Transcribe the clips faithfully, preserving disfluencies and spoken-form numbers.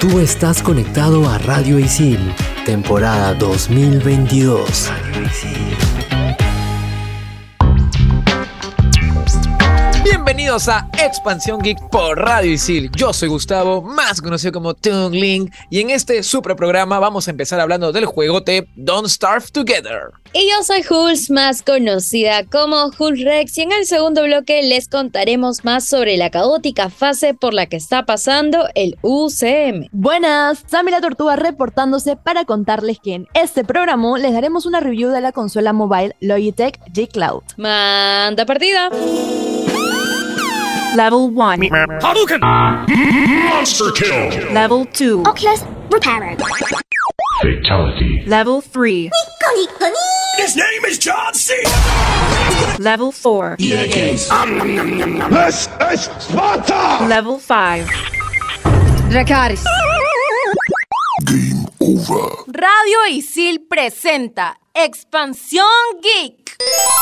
Tú estás conectado a Radio Isil, temporada dos mil veintidós. Radio Isil. Bienvenidos a Expansión Geek por Radio Isil. Yo soy Gustavo, más conocido como Tungling, y en este super programa vamos a empezar hablando del juegote Don't Starve Together. Y yo soy Jules, más conocida como Jules Rex, y en el segundo bloque les contaremos más sobre la caótica fase por la que está pasando el U C M. Buenas, Sammy la Tortuga reportándose para contarles que en este programa les daremos una review de la consola mobile Logitech G Cloud. Manda partida. Level one. Hadouken! Monster kill! Level two. Oculus repaired. Fatality. Level three. His name is John C. Level four. E A Games. This is Sparta! Level five. Dracarys. Game over. Radio Isil presenta Expansión Geek.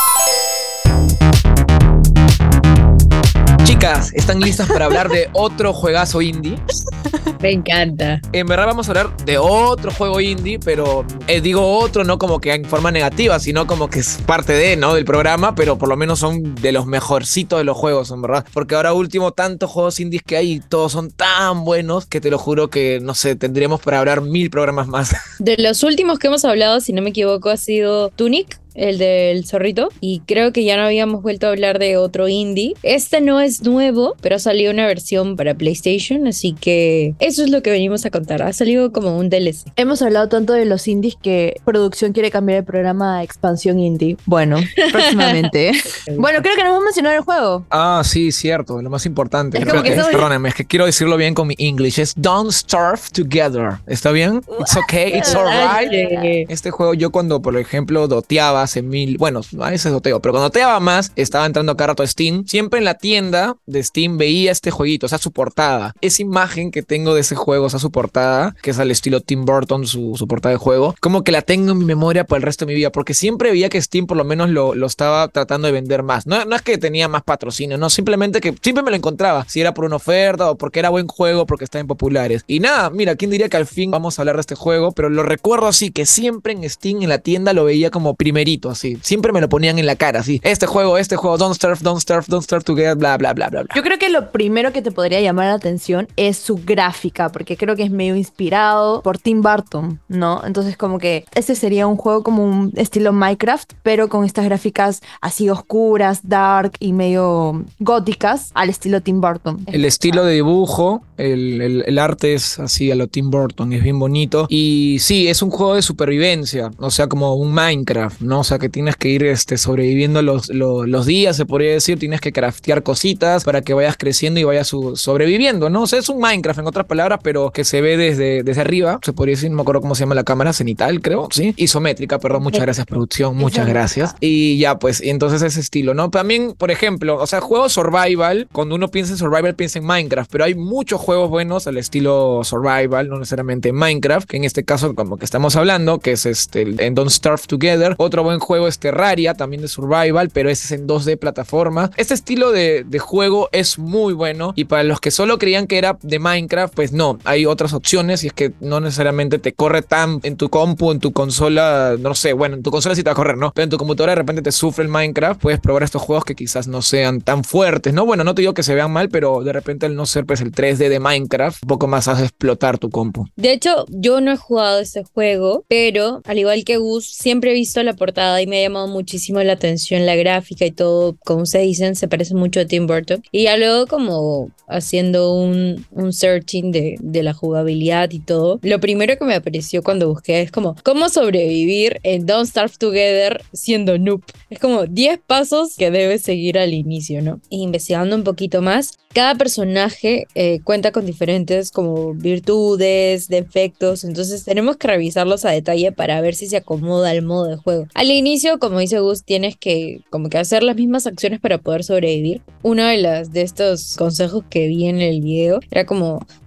Chicas, ¿están listas para hablar de otro juegazo indie? Me encanta. En verdad vamos a hablar de otro juego indie, pero eh, digo otro no como que en forma negativa, sino como que es parte de, ¿no? del programa, pero por lo menos son de los mejorcitos de los juegos, en verdad. Porque ahora último, tantos juegos indies que hay y todos son tan buenos que te lo juro que, no sé, tendríamos para hablar mil programas más. De los últimos que hemos hablado, si no me equivoco, ha sido Tunic, el del zorrito, y creo que ya no habíamos vuelto a hablar de otro indie. Este no es nuevo, pero ha salido una versión para PlayStation, así que eso es lo que venimos a contar. Ha salido como un D L C. Hemos hablado tanto de los indies que producción quiere cambiar el programa a Expansión Indie. Bueno, próximamente. Bueno, creo que nos vamos a mencionar el juego. Ah, sí, cierto, lo más importante. Es Creo como que que, somos- perdónenme, es que quiero decirlo bien con mi English. Es Don't Starve Together. ¿Está bien? It's okay, it's alright. Dale. Este juego yo cuando, por ejemplo, doteaba hace mil... Bueno, a veces doteo, pero cuando doteaba más, estaba entrando cada rato a Steam. Siempre en la tienda de Steam veía este jueguito, o sea, su portada. Esa imagen que tengo de ese juego, o sea, su portada, que es al estilo Tim Burton, su, su portada de juego, como que la tengo en mi memoria por el resto de mi vida, porque siempre veía que Steam por lo menos lo, lo estaba tratando de vender más. No, no es que tenía más patrocinio, no, simplemente que siempre me lo encontraba, si era por una oferta o porque era buen juego, porque estaban populares. Y nada, mira, ¿quién diría que al fin vamos a hablar de este juego? Pero lo recuerdo así, que siempre en Steam, en la tienda, lo veía como primerito, así. Siempre me lo ponían en la cara, así. Este juego, este juego, Don't Starve, Don't Starve, Don't Starve Together, bla, bla, bla, bla, bla. Yo creo que lo primero que te podría llamar la atención es su gráfica, porque creo que es medio inspirado por Tim Burton, ¿no? Entonces como que este sería un juego como un estilo Minecraft, pero con estas gráficas así oscuras, dark y medio góticas al estilo Tim Burton. El estilo de dibujo, el, el, el arte es así a lo Tim Burton, es bien bonito. Y sí, es un juego de supervivencia, o sea, como un Minecraft, ¿no? O sea, que tienes que ir este, sobreviviendo los, los, los días, se podría decir, tienes que craftear cositas para que vayas creciendo y vayas su, sobreviviendo, ¿no? O sea, es un Minecraft, en otras palabras, pero que se ve desde, desde arriba, se podría decir, no me acuerdo cómo se llama la cámara, cenital, creo, ¿sí? Isométrica, perdón, muchas gracias, producción, muchas gracias. Y ya, pues, y entonces ese estilo, ¿no? También, por ejemplo, o sea, juegos survival, cuando uno piensa en survival, piensa en Minecraft, pero hay muchos juegos buenos al estilo survival, no necesariamente Minecraft, que en este caso, como que estamos hablando, que es este, en Don't Starve Together. Otro buen juego es Terraria, también de survival, pero ese es en dos D plataforma. Este estilo de, de juego es muy bueno, y para los que solo creían que era de Minecraft, pues no, hay otras opciones, y es que no necesariamente te corre tan en tu compu, en tu consola, no sé, bueno, en tu consola sí te va a correr, ¿no? Pero en tu computadora de repente te sufre el Minecraft, puedes probar estos juegos que quizás no sean tan fuertes, ¿no? Bueno, no te digo que se vean mal, pero de repente el no ser pues el tres D de Minecraft, un poco más hace explotar tu compu. De hecho, yo no he jugado este juego, pero al igual que Gus, siempre he visto la portada y me ha llamado muchísimo la atención la gráfica y todo, como se dicen, se parece mucho a Tim Burton. Y ya luego como haciendo un, un searching de, de la jugabilidad y todo, lo primero que me apareció cuando busqué es como cómo sobrevivir en Don't Starve Together siendo noob. Es como diez pasos que debes seguir al inicio, ¿no? Y investigando un poquito más, cada personaje eh, cuenta con diferentes como virtudes, defectos, entonces tenemos que revisarlos a detalle para ver si se acomoda al modo de juego. Al inicio, como dice Gus, tienes que como que hacer las mismas acciones para poder sobrevivir. Uno de, las, de estos consejos que vi en el video era como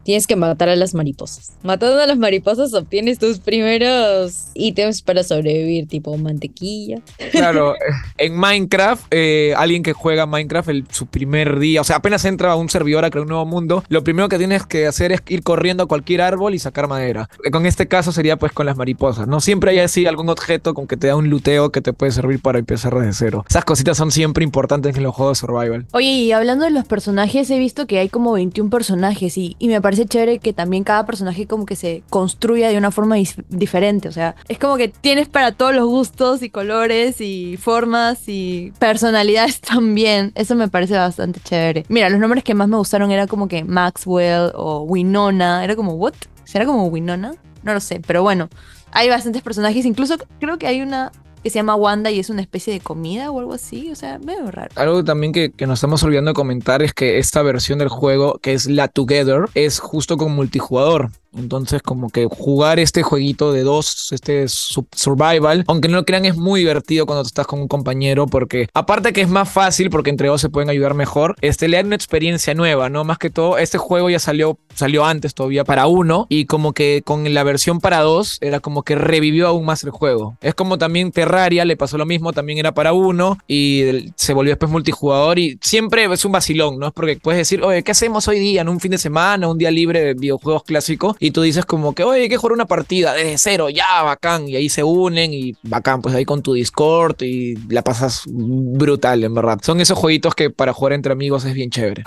tienes que matar a las mariposas. Matando a las mariposas obtienes tus primeros ítems para sobrevivir, tipo mantequilla. Claro, en Minecraft, eh, alguien que juega Minecraft el, su primer día, o sea, apenas entra a un servidor a crear un nuevo mundo, lo primero que tienes que hacer es ir corriendo a cualquier árbol y sacar madera. Con este caso sería pues con las mariposas, ¿no? Siempre hay así algún objeto con que te da un luteo que te puede servir para empezar desde cero. Esas cositas son siempre importantes en los juegos de survival. Oye, y hablando de los personajes, he visto que hay como veintiún personajes y, y me parece chévere que también cada personaje como que se construya de una forma dis- diferente. O sea, es como que tienes para todos los gustos y colores y formas y personalidades también. Eso me parece bastante chévere. Mira, los nombres que más me gustaron era como que Maxwell o Winona. Era como, ¿what? ¿Será como Winona? No lo sé, pero bueno, hay bastantes personajes. Incluso creo que hay una que se llama Wanda y es una especie de comida o algo así. O sea, medio raro. Algo también que, que nos estamos olvidando de comentar es que esta versión del juego, que es la Together, es justo con multijugador. Entonces como que jugar este jueguito de dos, este survival, aunque no lo crean, es muy divertido cuando estás con un compañero, porque aparte que es más fácil porque entre dos se pueden ayudar mejor, este le da una experiencia nueva, ¿no? Más que todo, este juego ya salió, salió antes todavía para uno, y como que con la versión para dos era como que revivió aún más el juego. Es como también Terraria, le pasó lo mismo, también era para uno y se volvió después multijugador, y siempre es un vacilón, ¿no? Es porque puedes decir, oye, ¿qué hacemos hoy día en un fin de semana, un día libre de videojuegos clásicos? Y tú dices como que, oye, hay que jugar una partida desde cero, ya, bacán. Y ahí se unen y bacán, pues ahí con tu Discord y la pasas brutal, en verdad. Son esos jueguitos que para jugar entre amigos es bien chévere.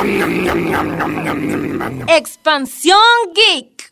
Expansión Geek.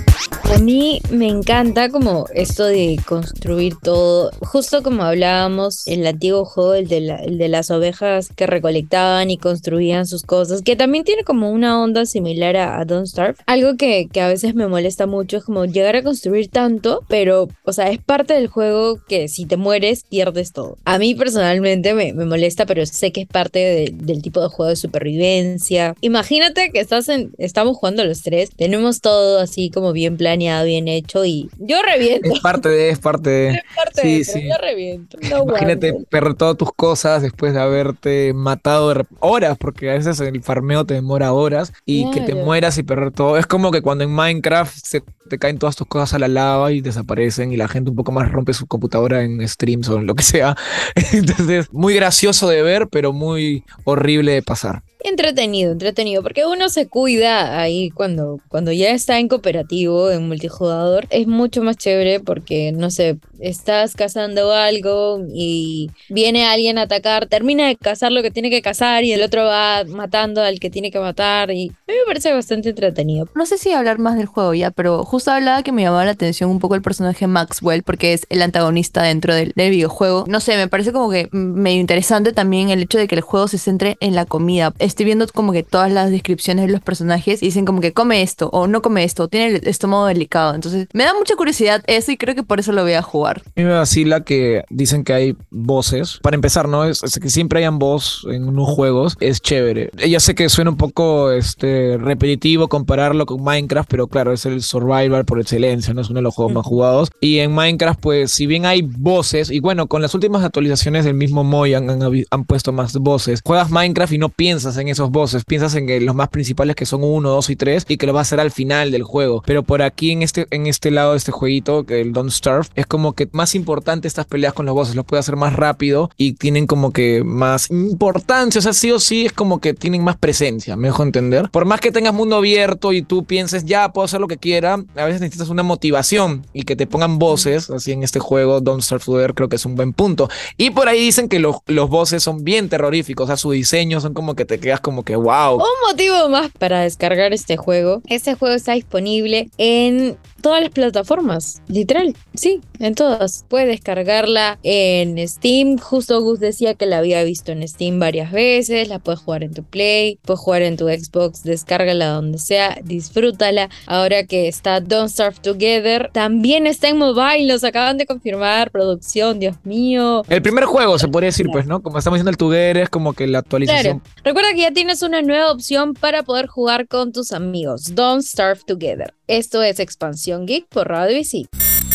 A mí me encanta como esto de construir todo, justo como hablábamos en el antiguo juego, el de, la, el de las ovejas que recolectaban y construían sus cosas, que también tiene como una onda similar a, a Don't Starve. Algo que, que a veces me molesta mucho es como llegar a construir tanto, pero, o sea, es parte del juego que si te mueres, pierdes todo. A mí personalmente me, me molesta, pero sé que es parte de, del tipo de juego de supervivencia. Imagínate que estás en, estamos jugando los tres, tenemos todo así como bien planeado, bien hecho, y yo reviento. Es parte de, es parte de. Es parte sí, de, sí. yo reviento. No Imagínate aguanto. perder todas tus cosas después de haberte matado de rep- horas, porque a veces el farmeo te demora horas, y Claro. que te mueras y perder todo. Es como que cuando en Minecraft se te caen todas tus cosas a la lava y desaparecen, y la gente un poco más rompe su computadora en streams o en lo que sea. Entonces, muy gracioso de ver, pero muy horrible de pasar. Entretenido, entretenido, porque uno se cuida ahí cuando, cuando ya está en cooperativo, en multijugador. Es mucho más chévere porque, no sé, estás cazando algo y viene alguien a atacar, termina de cazar lo que tiene que cazar y el otro va matando al que tiene que matar, y a mí me parece bastante entretenido. No sé si hablar más del juego ya, pero justo hablaba que me llamaba la atención un poco el personaje Maxwell, porque es el antagonista dentro del, del videojuego. No sé, me parece como que medio interesante también el hecho de que el juego se centre en la comida. Estoy viendo como que todas las descripciones de los personajes y dicen como que come esto o no come esto, o tiene el estómago delicado. Entonces me da mucha curiosidad eso y creo que por eso lo voy a jugar. A mí me vacila que dicen que hay voces. Para empezar, ¿no? Es, es que siempre hayan voz en unos juegos. Es chévere. Ya sé que suena un poco este, repetitivo compararlo con Minecraft, pero claro, es el survival por excelencia, ¿no? Es uno de los juegos más jugados. Y en Minecraft, pues, si bien hay voces, y bueno, con las últimas actualizaciones del mismo Mojang han, han, han puesto más voces. Juegas Minecraft y no piensas en esos voces, piensas en que los más principales, que son uno, dos y tres, y que lo va a hacer al final del juego. Pero por aquí en este, en este lado de este jueguito, que el Don't Starve, es como que más importante estas peleas con los bosses, los puede hacer más rápido y tienen como que más importancia. O sea, sí o sí es como que tienen más presencia, me dejo entender. Por más que tengas mundo abierto y tú pienses, ya puedo hacer lo que quiera, a veces necesitas una motivación, y que te pongan voces así en este juego Don't Starve Together creo que es un buen punto. Y por ahí dicen que los, los bosses son bien terroríficos, o sea, su diseño son como que te quedas como que wow. Un motivo más para descargar este juego. Este juego está disponible en todas las plataformas, literal, sí, en todas. Puedes descargarla en Steam. Justo Gus decía que la había visto en Steam varias veces. La puedes jugar en tu Play, puedes jugar en tu Xbox, descárgala donde sea, disfrútala. Ahora que está Don't Starve Together, también está en mobile, nos acaban de confirmar, producción, Dios mío. El primer juego se podría decir, pues, ¿no? Como estamos diciendo, el Together es como que la actualización. Claro. Recuerda que ya tienes una nueva opción para poder jugar con tus amigos. Don't Starve Together. Esto es Expansión Geek por Radio I C I.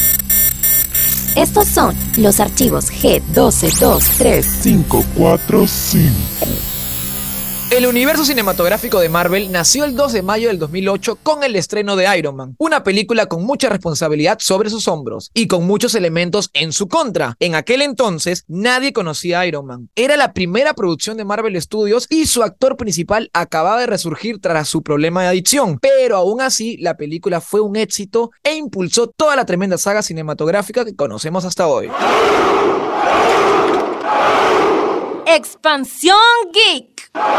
Estos son los archivos G uno dos dos tres cinco cuatro cinco. El universo cinematográfico de Marvel nació el dos de mayo del dos mil ocho con el estreno de Iron Man, una película con mucha responsabilidad sobre sus hombros y con muchos elementos en su contra. En aquel entonces, nadie conocía a Iron Man. Era la primera producción de Marvel Studios y su actor principal acababa de resurgir tras su problema de adicción, pero aún así, la película fue un éxito e impulsó toda la tremenda saga cinematográfica que conocemos hasta hoy. Expansión Geek.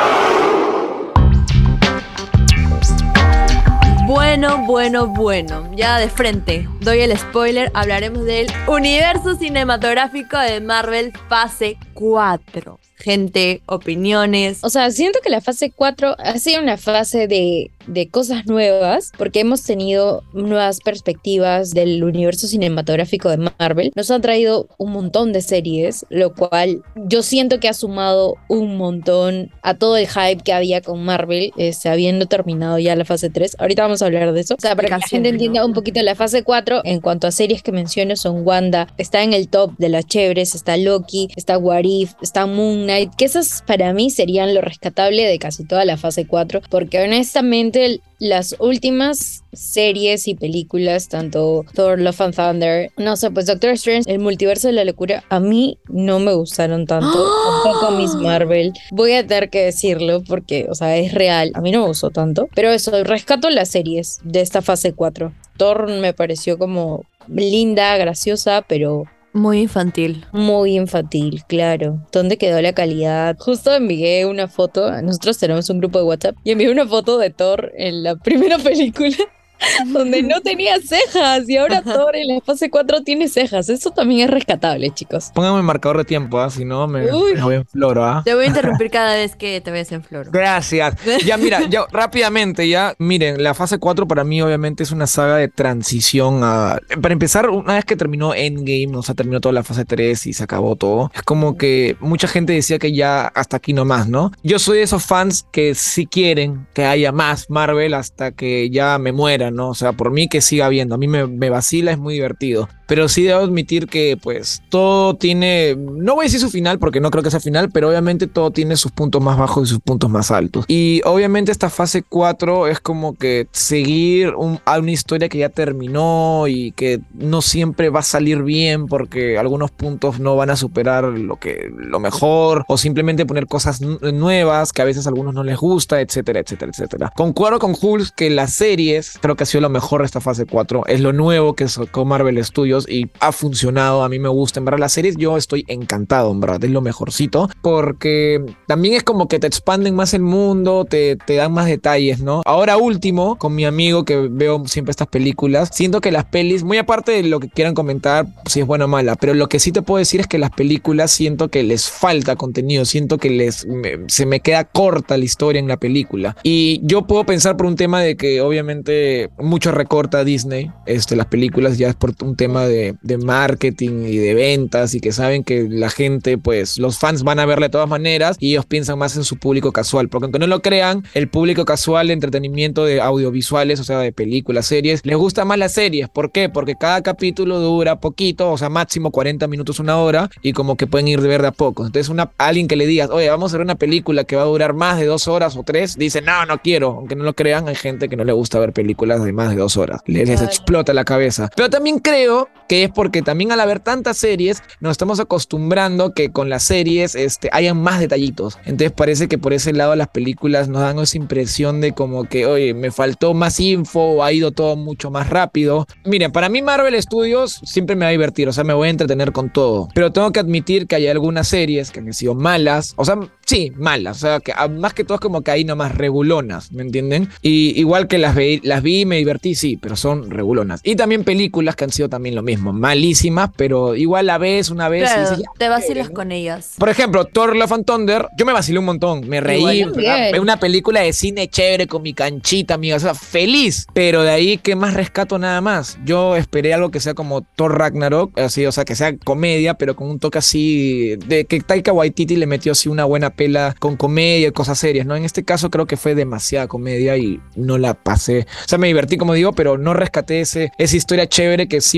Bueno, bueno, bueno, ya de frente, doy el spoiler, hablaremos del universo cinematográfico de Marvel fase cuatro. Gente, opiniones. O sea, siento que la fase cuatro ha sido una fase de, de cosas nuevas, porque hemos tenido nuevas perspectivas del universo cinematográfico de Marvel. Nos han traído un montón de series, lo cual yo siento que ha sumado un montón a todo el hype que había con Marvel, este, habiendo terminado ya la fase tres. Ahorita vamos a hablar de eso. O sea, para que la gente entienda un poquito la fase cuatro, en cuanto a series que menciono, son Wanda, está en el top de las chéveres, está Loki, está What If, está Moon Knight, que esas para mí serían lo rescatable de casi toda la fase cuatro, porque honestamente las últimas series y películas, tanto Thor, Love and Thunder, no sé, pues Doctor Strange, el multiverso de la locura, a mí no me gustaron tanto, ¡oh! Tampoco Miss Marvel, voy a tener que decirlo porque, o sea, es real, a mí no me gustó tanto, pero eso, rescato las series de esta fase cuatro. Thor me pareció como linda, graciosa, pero muy infantil. Muy infantil, claro. ¿Dónde quedó la calidad? Justo envié una foto, nosotros tenemos un grupo de WhatsApp, y envié una foto de Thor en la primera película donde no tenía cejas, y ahora Thor en la fase cuatro tiene cejas. Eso también es rescatable, chicos. Póngame el marcador de tiempo, ¿ah? Si no me, me voy en floro, ¿ah? Te voy a interrumpir cada vez que te vayas en floro. Gracias. Ya, mira, ya rápidamente, ya, miren, la fase cuatro para mí obviamente es una saga de transición a... Para empezar, una vez que terminó Endgame, o sea, terminó toda la fase tres y se acabó todo, es como que mucha gente decía que ya hasta aquí nomás, ¿no? Yo soy de esos fans que sí quieren que haya más Marvel hasta que ya me muera, ¿no? O sea, por mí que siga habiendo, a mí me, me vacila, es muy divertido, pero sí debo admitir que pues todo tiene, no voy a decir su final porque no creo que sea final, pero obviamente todo tiene sus puntos más bajos y sus puntos más altos, y obviamente esta fase cuatro es como que seguir un, a una historia que ya terminó y que no siempre va a salir bien porque algunos puntos no van a superar lo, que, lo mejor, o simplemente poner cosas nuevas que a veces a algunos no les gusta, etcétera, etcétera, etcétera. Concuerdo con Hulk que las series creo que ha sido lo mejor de esta fase cuatro, es lo nuevo que sacó Marvel Studios y ha funcionado, a mí me gusta, en verdad las series yo estoy encantado, en verdad, es lo mejorcito, porque también es como que te expanden más el mundo, te, te dan más detalles, ¿no? Ahora último, con mi amigo que veo siempre estas películas, siento que las pelis, muy aparte de lo que quieran comentar, si es buena o mala, pero lo que sí te puedo decir es que las películas siento que les falta contenido, siento que les me, se me queda corta la historia en la película, y yo puedo pensar por un tema de que obviamente mucho recorta Disney este, las películas, ya es por un tema de, de marketing y de ventas, y que saben que la gente, pues los fans van a verla de todas maneras y ellos piensan más en su público casual, porque aunque no lo crean, el público casual de entretenimiento de audiovisuales, o sea de películas, series, les gusta más las series. ¿Por qué? Porque cada capítulo dura poquito, o sea máximo cuarenta minutos, una hora, y como que pueden ir de ver de a poco. Entonces una, a alguien que le digas, oye, vamos a ver una película que va a durar más de dos horas o tres, dice, no, no quiero. Aunque no lo crean, hay gente que no le gusta ver películas de más de dos horas, les, les explota la cabeza. Pero también creo que es porque también al haber tantas series nos estamos acostumbrando que con las series este, hayan más detallitos, entonces parece que por ese lado las películas nos dan esa impresión de como que, oye, me faltó más info, o ha ido todo mucho más rápido. Miren, para mí Marvel Studios siempre me va a divertir, o sea, me voy a entretener con todo, pero tengo que admitir que hay algunas series que han sido malas, o sea, sí, malas, o sea, que más que todo es como que hay nomás regulonas, ¿me entienden? Y igual que las vi, las vi y me divertí, sí, pero son regulonas. Y también películas que han sido también lo mismo, malísimas, pero igual la ves una vez claro, y dices, te vacilas, ¿no? Con ellas. Por ejemplo, Thor Love and Thunder, yo me vacilé un montón, me reí, es una película de cine chévere con mi canchita, amiga, o sea, feliz, pero de ahí, ¿qué más rescato? Nada más. Yo esperé algo que sea como Thor Ragnarok, así, o sea, que sea comedia, pero con un toque así, de que Taika Waititi le metió así una buena pela con comedia y cosas serias, ¿no? En este caso creo que fue demasiada comedia y no la pasé, o sea, me divertí, como digo, pero no rescaté ese, esa historia chévere que sí podía sacar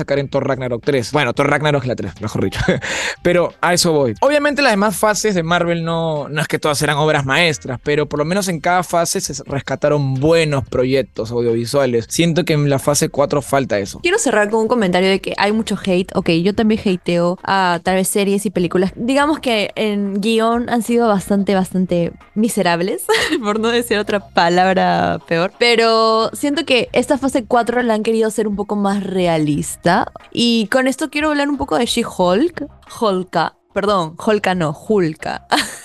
sacar en Thor Ragnarok tres. Bueno, Thor Ragnarok es la tres, mejor dicho. Pero a eso voy. Obviamente las demás fases de Marvel no, no es que todas eran obras maestras, pero por lo menos en cada fase se rescataron buenos proyectos audiovisuales. Siento que en la fase cuatro falta eso. Quiero cerrar con un comentario de que hay mucho hate. Ok, yo también hateo a tal vez series y películas. Digamos que en guión han sido bastante, bastante miserables, por no decir otra palabra peor. Pero siento que esta fase cuatro la han querido hacer un poco más realista. Y con esto quiero hablar un poco de She-Hulk. Hulka. Perdón, Hulka no, Hulka.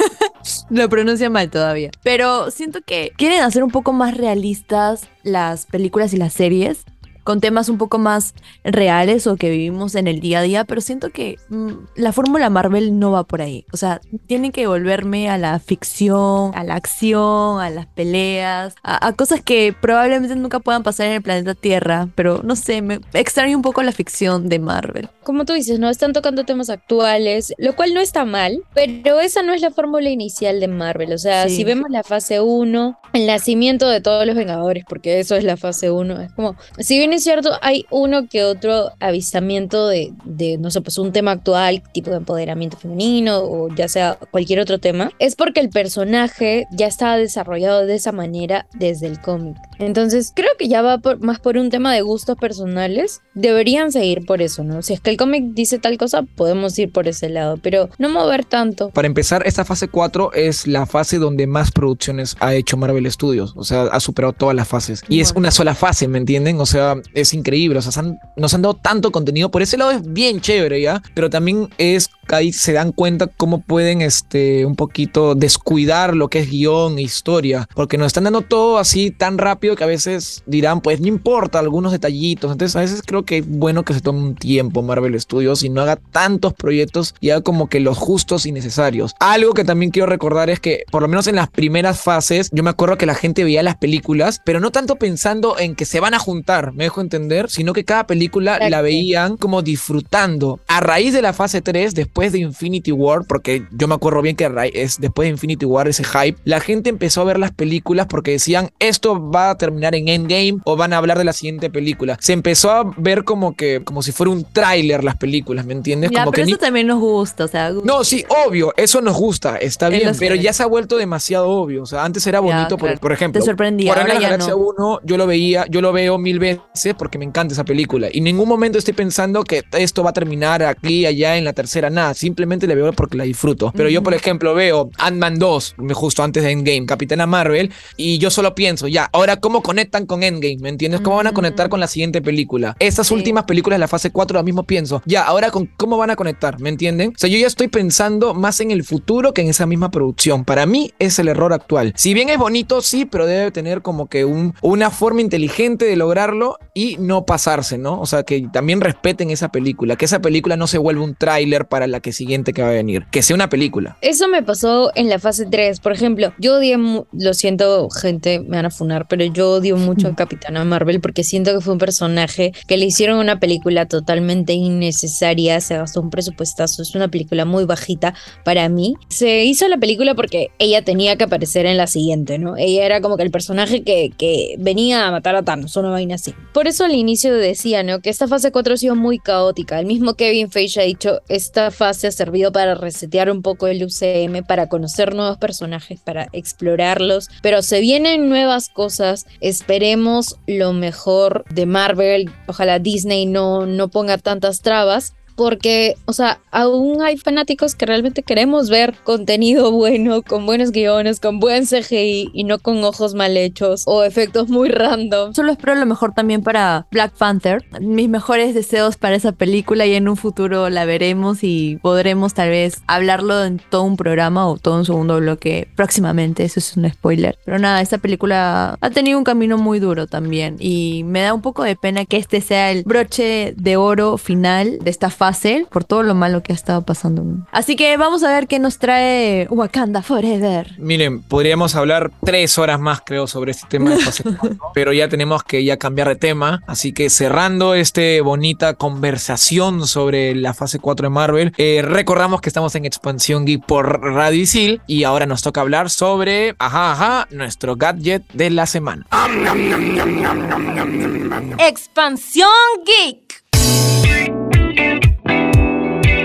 Lo pronuncia mal todavía. Pero siento que quieren hacer un poco más realistas las películas y las series, con temas un poco más reales o que vivimos en el día a día, pero siento que mmm, la fórmula Marvel no va por ahí. O sea, tienen que volverme a la ficción, a la acción, a las peleas, a, a cosas que probablemente nunca puedan pasar en el planeta Tierra, pero no sé, me extraño un poco la ficción de Marvel. Como tú dices, ¿no? Están tocando temas actuales, lo cual no está mal, pero esa no es la fórmula inicial de Marvel. O sea, sí. Si vemos la fase uno, el nacimiento de todos los Vengadores, porque eso es la fase uno, es como, si bien es cierto, hay uno que otro avistamiento de, de, no sé, pues un tema actual, tipo de empoderamiento femenino o ya sea cualquier otro tema, es porque el personaje ya estaba desarrollado de esa manera desde el cómic. Entonces, creo que ya va por, más por un tema de gustos personales. Deberían seguir por eso, ¿no? Si es que el cómic dice tal cosa, podemos ir por ese lado, pero no mover tanto. Para empezar, esta fase cuatro es la fase donde más producciones ha hecho Marvel Studios. O sea, ha superado todas las fases. Y bueno, es una sola fase, ¿me entienden? O sea, es increíble. O sea, han, nos han dado tanto contenido. Por ese lado es bien chévere, ¿ya? Pero también es ahí se dan cuenta cómo pueden este, un poquito descuidar lo que es guión e historia, porque nos están dando todo así tan rápido que a veces dirán, pues no importa algunos detallitos. Entonces a veces creo que es bueno que se tome un tiempo Marvel Studios y no haga tantos proyectos ya como que los justos y necesarios. Algo que también quiero recordar es que por lo menos en las primeras fases yo me acuerdo que la gente veía las películas, pero no tanto pensando en que se van a juntar, me dejo entender, sino que cada película Exacto. la veían como disfrutando. A raíz de la fase tres, después Después de Infinity War, porque yo me acuerdo bien que es después de Infinity War ese hype, la gente empezó a ver las películas porque decían esto va a terminar en Endgame o van a hablar de la siguiente película. Se empezó a ver como que como si fuera un tráiler las películas, ¿me entiendes? Ya, como pero que eso ni... también nos gusta, o sea. No, sí, obvio, eso nos gusta, está bien, pero ya se ha vuelto demasiado obvio. O sea, antes era bonito, ya, claro. por, por ejemplo, te sorprendía, por ahora la ya Galaxia no. uno, yo lo veía, yo lo veo mil veces porque me encanta esa película y en ningún momento estoy pensando que esto va a terminar aquí, allá en la tercera, nada, simplemente le veo porque la disfruto. Pero uh-huh. yo, por ejemplo, veo Ant-Man dos, justo antes de Endgame, Capitana Marvel, y yo solo pienso, ya, ahora, ¿cómo conectan con Endgame? ¿Me entiendes? ¿Cómo uh-huh. van a conectar con la siguiente película? Estas sí. últimas películas de la fase cuatro, lo mismo pienso. Ya, ahora, con ¿cómo van a conectar? ¿Me entienden? O sea, yo ya estoy pensando más en el futuro que en esa misma producción. Para mí, es el error actual. Si bien es bonito, sí, pero debe tener como que un, una forma inteligente de lograrlo y no pasarse, ¿no? O sea, que también respeten esa película, que esa película no se vuelva un tráiler para la que siguiente que va a venir, que sea una película. Eso me pasó en la fase tres, por ejemplo, yo odié, mu- lo siento gente, me van a funar, pero yo odio mucho a Capitana Marvel porque siento que fue un personaje que le hicieron una película totalmente innecesaria, se gastó un presupuestazo, es una película muy bajita para mí. Se hizo la película porque ella tenía que aparecer en la siguiente, ¿no? Ella era como que el personaje que, que venía a matar a Thanos, una vaina así. Por eso al inicio decía, ¿no? Que esta fase cuatro ha sido muy caótica. El mismo Kevin Feige ha dicho, esta fase ha servido para resetear un poco el U C M, para conocer nuevos personajes, para explorarlos, pero se vienen nuevas cosas, esperemos lo mejor de Marvel, ojalá Disney no, no ponga tantas trabas, porque, o sea, aún hay fanáticos que realmente queremos ver contenido bueno, con buenos guiones, con buen C G I y no con ojos mal hechos o efectos muy random. Solo espero lo mejor también para Black Panther. Mis mejores deseos para esa película y en un futuro la veremos y podremos tal vez hablarlo en todo un programa o todo un segundo bloque próximamente. Eso es un spoiler. Pero nada, esta película ha tenido un camino muy duro también y me da un poco de pena que este sea el broche de oro final de esta fase por todo lo malo que ha estado pasando. Así que vamos a ver qué nos trae Wakanda Forever. Miren, podríamos hablar tres horas más, creo, sobre este tema de fase cuatro, pero ya tenemos que ya cambiar de tema. Así que cerrando esta bonita conversación sobre la fase cuatro de Marvel, eh, recordamos que estamos en Expansión Geek por Radio Isil y ahora nos toca hablar sobre, ajá, ajá, nuestro gadget de la semana. Expansión Geek.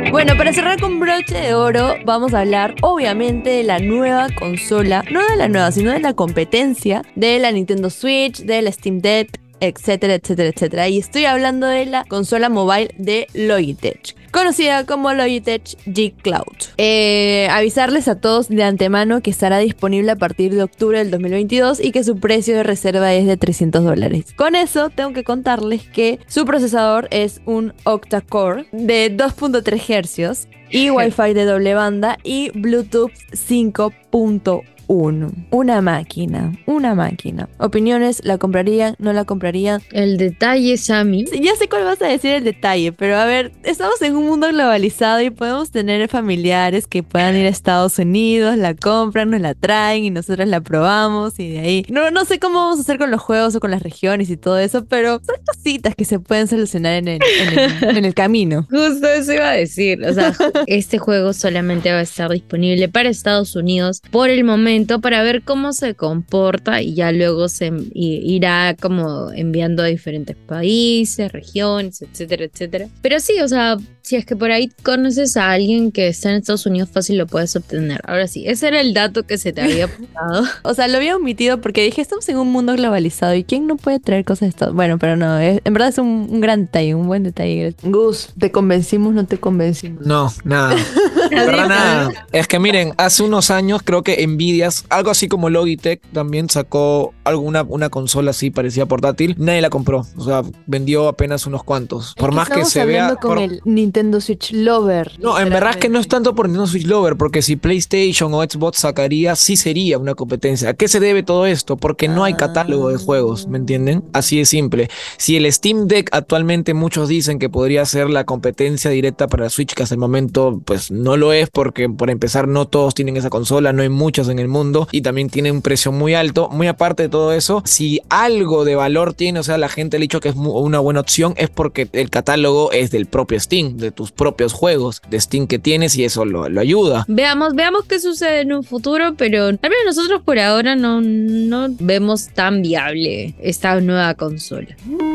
Bueno, para cerrar con broche de oro, vamos a hablar obviamente de la nueva consola, no de la nueva, sino de la competencia de la Nintendo Switch, de la Steam Deck, etcétera, etcétera, etcétera. Y estoy hablando de la consola mobile de Logitech, conocida como Logitech G Cloud. Eh, avisarles a todos de antemano que estará disponible a partir de octubre del dos mil veintidós y que su precio de reserva es de trescientos dólares. Con eso tengo que contarles que su procesador es un octa-core de dos punto tres hercios y Wi-Fi de doble banda y Bluetooth cinco punto uno. Una máquina, una máquina. ¿Opiniones? ¿La comprarían? ¿No la comprarían? El detalle, Sammy. Ya sé cuál vas a decir el detalle, pero a ver, estamos en un mundo globalizado y podemos tener familiares que puedan ir a Estados Unidos, la compran, nos la traen y nosotros la probamos y de ahí. No, no sé cómo vamos a hacer con los juegos o con las regiones y todo eso, pero son cositas que se pueden solucionar en el, en el, en el camino. Justo eso iba a decir. O sea, este juego solamente va a estar disponible para Estados Unidos por el momento, para ver cómo se comporta y ya luego se irá como enviando a diferentes países, regiones, etcétera, etcétera. Pero sí, o sea, si es que por ahí conoces a alguien que está en Estados Unidos, fácil lo puedes obtener. Ahora sí, ese era el dato que se te había pasado. O sea, lo había omitido porque dije, estamos en un mundo globalizado y ¿quién no puede traer cosas de Estados Unidos? Bueno, pero no, es, en verdad es un, un gran detalle, un buen detalle. Gus, ¿te convencimos o no te convencimos? No, nada. Para nada. Es que miren, hace unos años creo que Nvidia, algo así como Logitech, también sacó alguna una consola así parecida portátil. Nadie la compró. O sea, vendió apenas unos cuantos. Por es más que, que se vea con por... el Nintendo Switch Lover. No, en verdad es que no es tanto por Nintendo Switch Lover, porque si PlayStation o Xbox sacaría, sí sería una competencia. ¿A qué se debe todo esto? Porque no hay catálogo de juegos, ¿me entienden? Así de simple. Si el Steam Deck actualmente muchos dicen que podría ser la competencia directa para la Switch, que hasta el momento pues no lo es, porque por empezar no todos tienen esa consola, no hay muchas en el mundo y también tiene un precio muy alto. Muy aparte de todo eso, si algo de valor tiene, o sea, la gente le ha dicho que es una buena opción, es porque el catálogo es del propio Steam, de tus propios juegos de Steam que tienes, y eso lo, lo ayuda. Veamos, veamos qué sucede en un futuro, pero al menos nosotros por ahora no, no vemos tan viable esta nueva consola.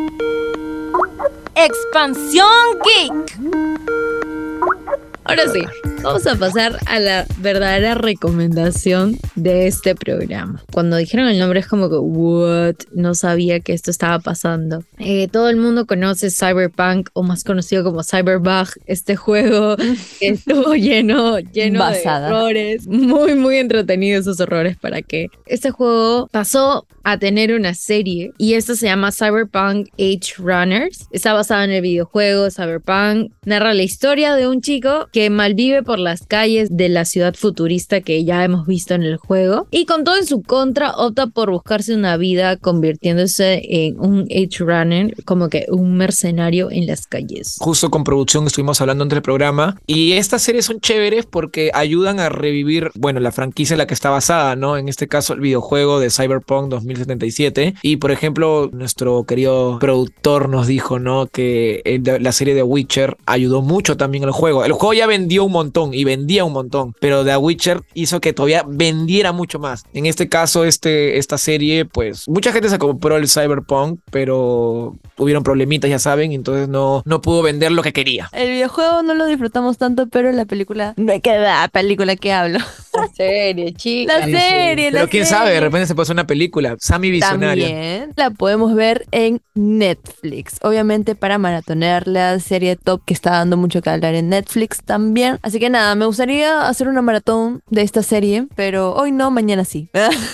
Expansión Geek. Ahora sí, vamos a pasar a la verdadera recomendación de este programa. Cuando dijeron el nombre es como que, what? No sabía que esto estaba pasando. Eh, todo el mundo conoce Cyberpunk, o más conocido como Cyberbug, este juego que estuvo lleno, lleno Basada. de errores. Muy, muy entretenidos esos errores. Para que este juego pasó a tener una serie y esta se llama Cyberpunk Edge Runners. Está basada en el videojuego Cyberpunk. Narra la historia de un chico que malvive por las calles de la ciudad futurista que ya hemos visto en el juego, y con todo en su contra opta por buscarse una vida convirtiéndose en un edge runner, como que un mercenario en las calles. Justo con producción estuvimos hablando entre el programa, y estas series son chéveres porque ayudan a revivir, bueno, la franquicia en la que está basada, ¿no? En este caso el videojuego de Cyberpunk dos mil setenta y siete, y por ejemplo nuestro querido productor nos dijo, ¿no?, que la serie de Witcher ayudó mucho también al juego. El juego ya vendió un montón y vendía un montón, pero The Witcher hizo que todavía vendiera mucho más. En este caso, este, esta serie, pues mucha gente se compró el Cyberpunk, pero tuvieron problemitas, ya saben, y entonces no, no pudo vender lo que quería. El videojuego no lo disfrutamos tanto, pero la película, no hay que ver película que hablo. La serie, chicas. La serie, la Pero quién serie. sabe, de repente se puede hacer una película. Sammy Visionaria. También la podemos ver en Netflix. Obviamente para maratonear la serie top que está dando mucho que hablar en Netflix también. Así que nada, me gustaría hacer una maratón de esta serie, pero hoy no, mañana sí.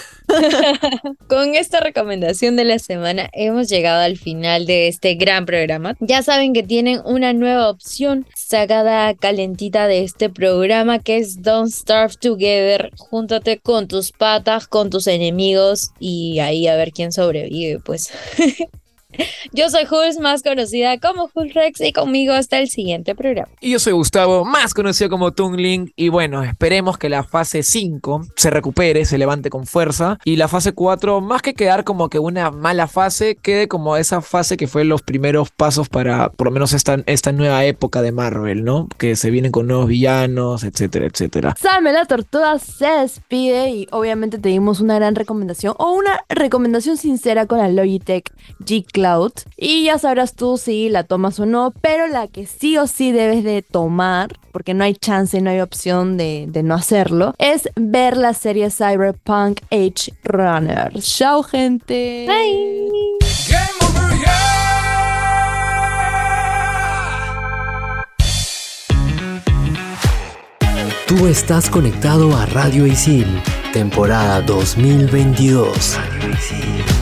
Con esta recomendación de la semana hemos llegado al final de este gran programa. Ya saben que tienen una nueva opción sacada calentita de este programa, que es Don't Starve Together. Júntate con tus patas, con tus enemigos, y ahí a ver quién sobrevive, pues. Yo soy Jules, más conocida como Jules Rex, y conmigo hasta el siguiente programa. Y yo soy Gustavo, más conocido como Tungling, y bueno, esperemos que la fase cinco se recupere, se levante con fuerza, y la fase cuatro, más que quedar como que una mala fase, quede como esa fase que fue los primeros pasos para, por lo menos, esta, esta nueva época de Marvel, ¿no? Que se vienen con nuevos villanos, etcétera, etcétera. Salme la Tortuga se despide, y obviamente te dimos una gran recomendación, o una recomendación sincera con la Logitech G Cloud. iCloud. Y ya sabrás tú si la tomas o no, pero la que sí o sí debes de tomar, porque no hay chance, no hay opción de, de no hacerlo, es ver la serie Cyberpunk Edge Runners. Chao, gente. Bye. Tú estás conectado a Radio Isil, temporada dos mil veintidós. Radio Isil.